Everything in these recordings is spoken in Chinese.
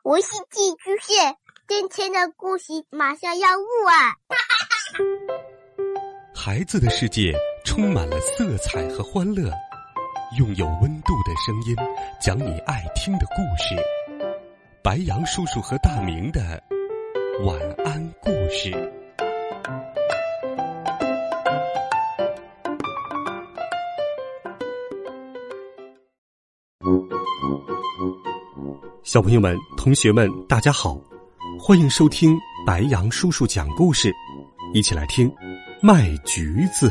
我是寄居蟹，今天的故事马上要录啊！ 孩子的世界充满了色彩和欢乐，用有温度的声音讲你爱听的故事。白杨叔叔和大明的晚安故事。小朋友们、同学们，大家好，欢迎收听白杨叔叔讲故事，一起来听卖橘子。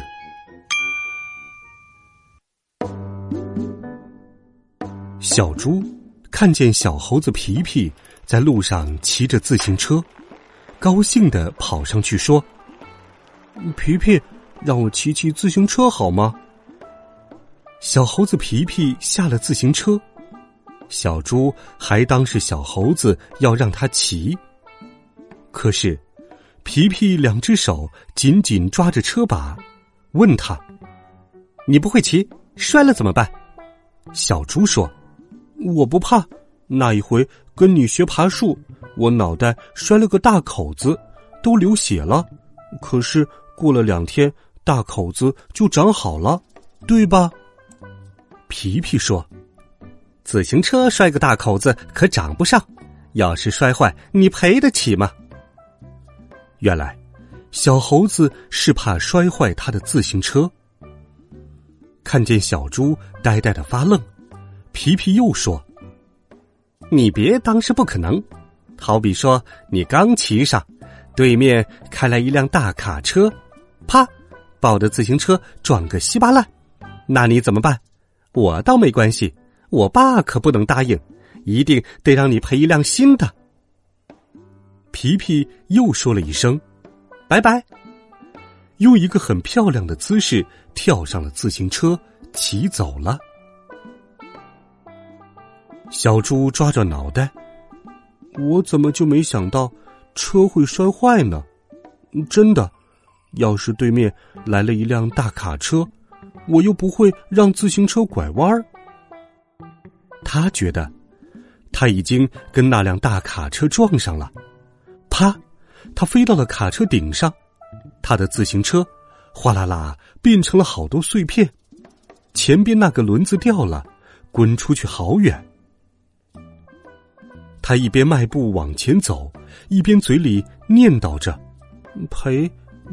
小猪看见小猴子皮皮在路上骑着自行车，高兴地跑上去说：皮皮，让我骑骑自行车好吗？小猴子皮皮下了自行车，小猪还当是小猴子要让他骑，可是皮皮两只手紧紧抓着车把，问他：你不会骑，摔了怎么办？小猪说：我不怕，那一回跟你学爬树，我脑袋摔了个大口子，都流血了，可是过了2天，大口子就长好了，对吧？皮皮说：自行车摔个大口子可长不上，要是摔坏，你赔得起吗？原来小猴子是怕摔坏他的自行车。看见小猪呆呆地发愣，皮皮又说：你别当是不可能，好比说你刚骑上，对面开来一辆大卡车，啪，把我的自行车撞个稀巴烂，那你怎么办？我倒没关系，我爸可不能答应，一定得让你赔一辆新的。皮皮又说了一声拜拜，用一个很漂亮的姿势跳上了自行车，骑走了。小猪抓着脑袋，我怎么就没想到车会摔坏呢？真的，要是对面来了一辆大卡车，我又不会让自行车拐弯。他觉得他已经跟那辆大卡车撞上了，啪，他飞到了卡车顶上，他的自行车哗啦啦变成了好多碎片，前边那个轮子掉了，滚出去好远。他一边迈步往前走，一边嘴里念叨着赔。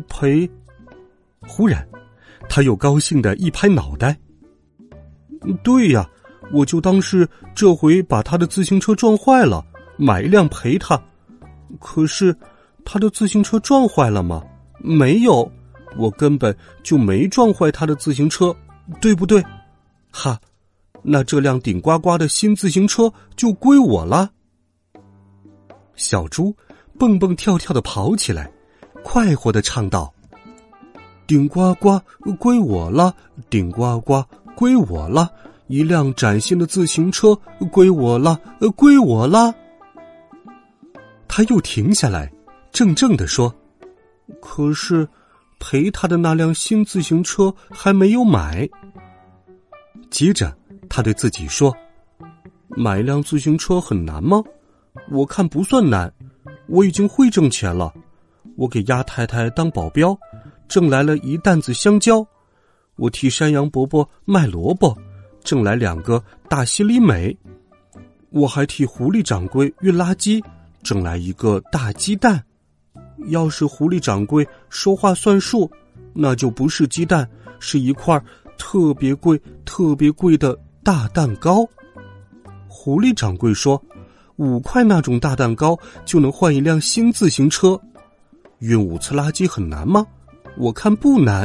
忽然他又高兴地一拍脑袋，对呀，我就当是这回把他的自行车撞坏了，买一辆赔他。可是他的自行车撞坏了吗？没有，我根本就没撞坏他的自行车，对不对？哈，那这辆顶呱呱的新自行车就归我了。小猪蹦蹦跳跳地跑起来，快活地唱道：顶呱呱归我了，顶呱呱归我了，一辆崭新的自行车归我了，归我了。他又停下来，怔怔地说：可是赔他的那辆新自行车还没有买。接着他对自己说：买一辆自行车很难吗？我看不算难，我已经会挣钱了。我给鸭太太当保镖，挣来了1担子香蕉；我替山羊伯伯卖萝卜，挣来2个大西里美；我还替狐狸掌柜运垃圾，挣来1个大鸡蛋。要是狐狸掌柜说话算数，那就不是鸡蛋，是一块特别贵的大蛋糕。狐狸掌柜说5块那种大蛋糕就能换一辆新自行车。运5次垃圾很难吗？我看不难。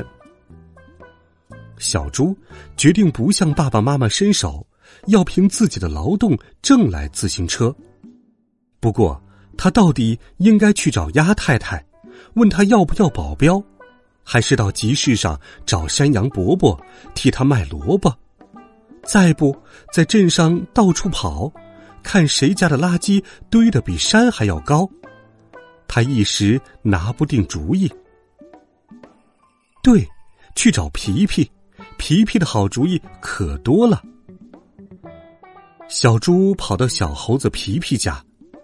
小猪决定不向爸爸妈妈伸手，要凭自己的劳动挣来自行车。不过他到底应该去找鸭太太，问他要不要保镖，还是到集市上找山羊伯伯替他卖萝卜，再不在镇上到处跑，看谁家的垃圾堆得比山还要高。他一时拿不定主意。对，去找皮皮，皮皮的好主意可多了。小猪跑到小猴子皮皮家，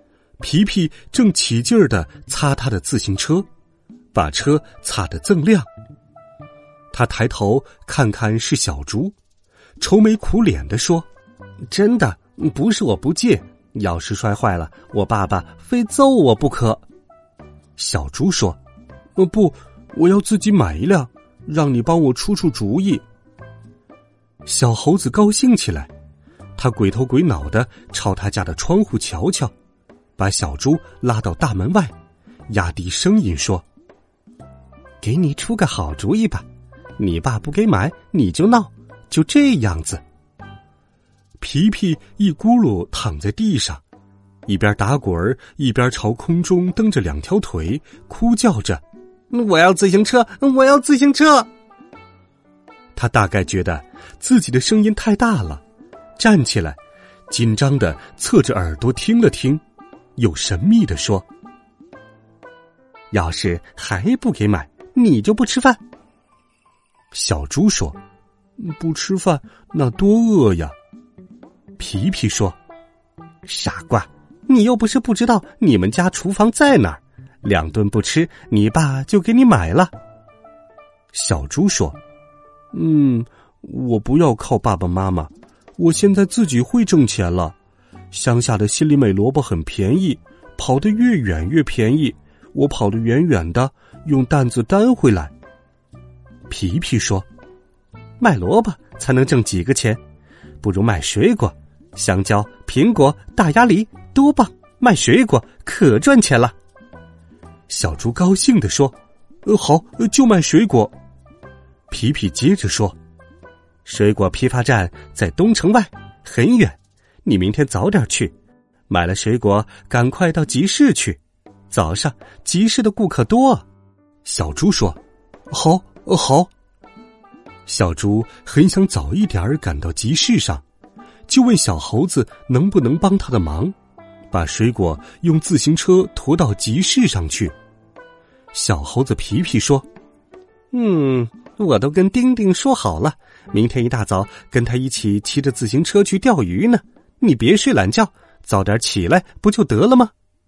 皮皮正起劲儿地擦他的自行车，把车擦得锃亮。他抬头看看是小猪，愁眉苦脸地说：“真的，不是我不借，要是摔坏了，我爸爸非揍我不可。”小猪说：“不，我要自己买一辆，让你帮我出出主意。”小猴子高兴起来，他鬼头鬼脑地朝他家的窗户瞧瞧，把小猪拉到大门外，压低声音说：“给你出个好主意吧，你爸不给买你就闹，就这样子。”皮皮一咕噜躺在地上，一边打滚一边朝空中蹬着2条腿，哭叫着：“我要自行车，我要自行车！”他大概觉得自己的声音太大了，站起来，紧张地侧着耳朵听了听，又神秘地说：“要是还不给买，你就不吃饭。”小猪说：“不吃饭那多饿呀。”皮皮说：“傻瓜，你又不是不知道你们家厨房在哪儿，2顿不吃，你爸就给你买了。”小猪说：“我不要靠爸爸妈妈，我现在自己会挣钱了。乡下的心里美萝卜很便宜，跑得越远越便宜，我跑得远远的，用担子担回来。”皮皮说：“卖萝卜才能挣几个钱，不如卖水果，香蕉、苹果、大鸭梨多棒，卖水果可赚钱了。”小猪高兴地说：“好，就卖水果。”皮皮接着说：“水果批发站在东城外，很远，你明天早点去，买了水果赶快到集市去，早上集市的顾客多。”小猪说：“好，好。”小猪很想早一点赶到集市上，就问小猴子能不能帮他的忙，把水果用自行车驮到集市上去。小猴子皮皮说：“我都跟丁丁说好了，明天一大早跟他一起骑着自行车去钓鱼呢。你别睡懒觉，早点起来不就得了吗？”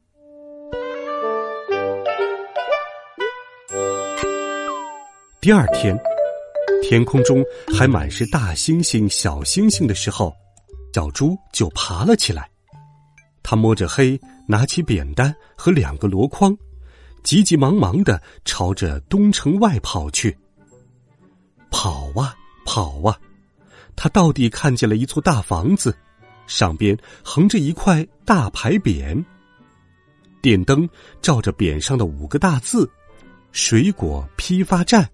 第二天，天空中还满是大星星、小星星的时候，小猪就爬了起来。他摸着黑，拿起扁担和2个箩筐，急急忙忙地朝着东城外跑去。跑啊跑啊，他到底看见了一座大房子，上边横着一块大牌匾，电灯照着匾上的5个大字：水果批发站。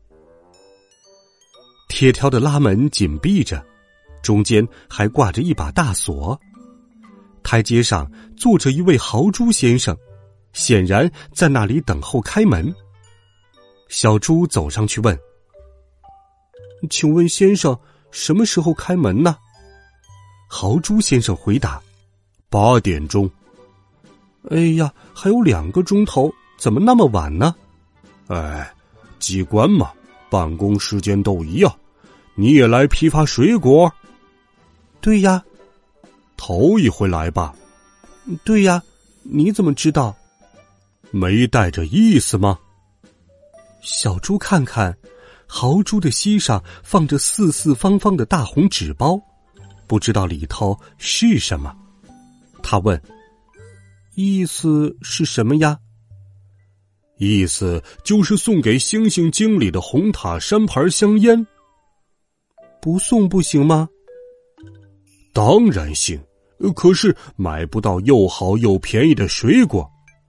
铁条的拉门紧闭着，中间还挂着一把大锁。台阶上坐着一位豪猪先生，显然在那里等候开门。小猪走上去问：“请问先生，什么时候开门呢？”豪猪先生回答：“8点钟。”“哎呀，还有2个钟头，怎么那么晚呢？”“机关嘛，办公时间都一样。你也来批发水果？”“对呀。”“头一回来吧？”“对呀，你怎么知道？”“没带着意思吗？”小猪看看豪猪的膝上放着四四方方的大红纸包，不知道里头是什么。他问：“意思是什么呀？”“意思就是送给星星经理的红塔山牌香烟。”“不送不行吗？”“当然行，可是买不到又好又便宜的水果。”“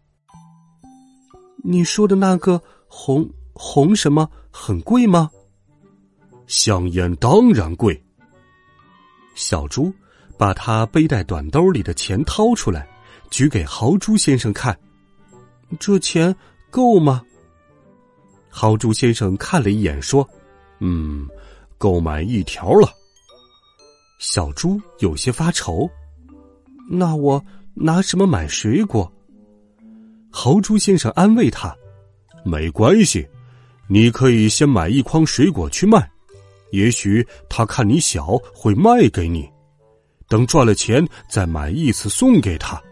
你说的那个红什么很贵吗？”“香烟当然贵。”小猪把他背带短兜里的钱掏出来，举给豪猪先生看。“这钱够吗？”豪猪先生看了一眼说：“够买1条了。”小猪有些发愁：“那我拿什么买水果？”豪猪先生安慰他：“没关系，你可以先买1筐水果去卖，也许他看你小会卖给你，等赚了钱再买1次送给他，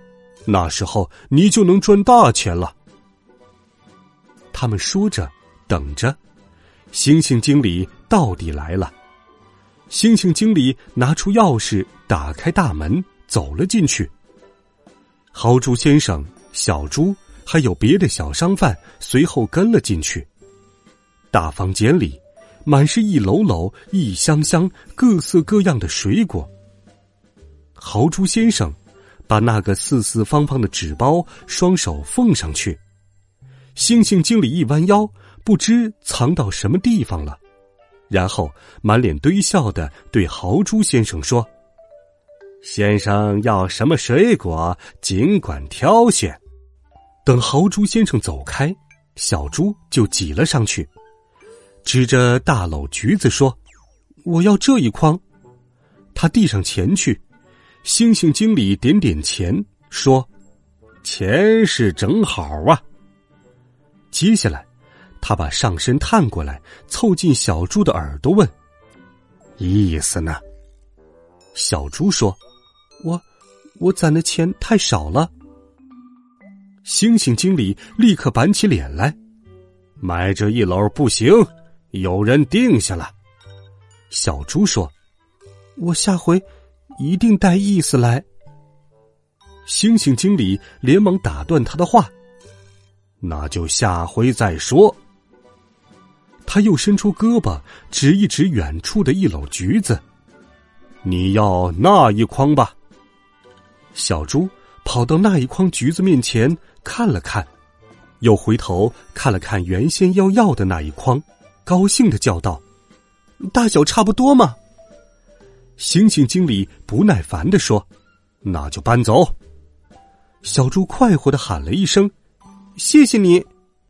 那时候你就能赚大钱了。”他们说着等着，猩猩经理到底来了。猩猩经理拿出钥匙打开大门走了进去。豪猪先生、小猪还有别的小商贩随后跟了进去。大房间里满是一篓篓一箱箱各色各样的水果。豪猪先生把那个四四方方的纸包双手奉上去，猩猩经理一弯腰，不知藏到什么地方了，然后满脸堆笑地对豪猪先生说：“先生要什么水果，尽管挑选。”等豪猪先生走开，小猪就挤了上去，指着大篓橘子说：“我要这一筐。”他递上钱去，猩猩经理点点钱，说：“钱是正好啊。”接下来他把上身探过来，凑近小猪的耳朵问：“意思呢？”小猪说：“我攒的钱太少了。”猩猩经理立刻板起脸来：“买这一篓不行，有人定下了。”小猪说：“我下回一定带意思来。”猩猩经理连忙打断他的话：“那就下回再说。”他又伸出胳膊指一指远处的一篓橘子：“你要那一筐吧？”小猪跑到那一筐橘子面前看了看，又回头看了看原先要的那一筐，高兴地叫道：“大小差不多嘛！”猩猩经理不耐烦地说：“那就搬走。”小猪快活地喊了一声：“谢谢你。”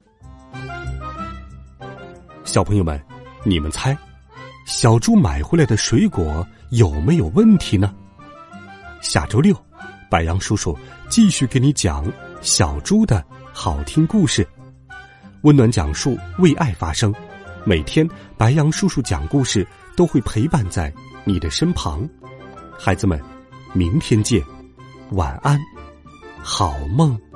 小朋友们，你们猜，小猪买回来的水果有没有问题呢？下周六，白杨叔叔继续给你讲小猪的好听故事，温暖讲述，为爱发声。每天白杨叔叔讲故事都会陪伴在你的身旁。孩子们，明天见，晚安，好梦。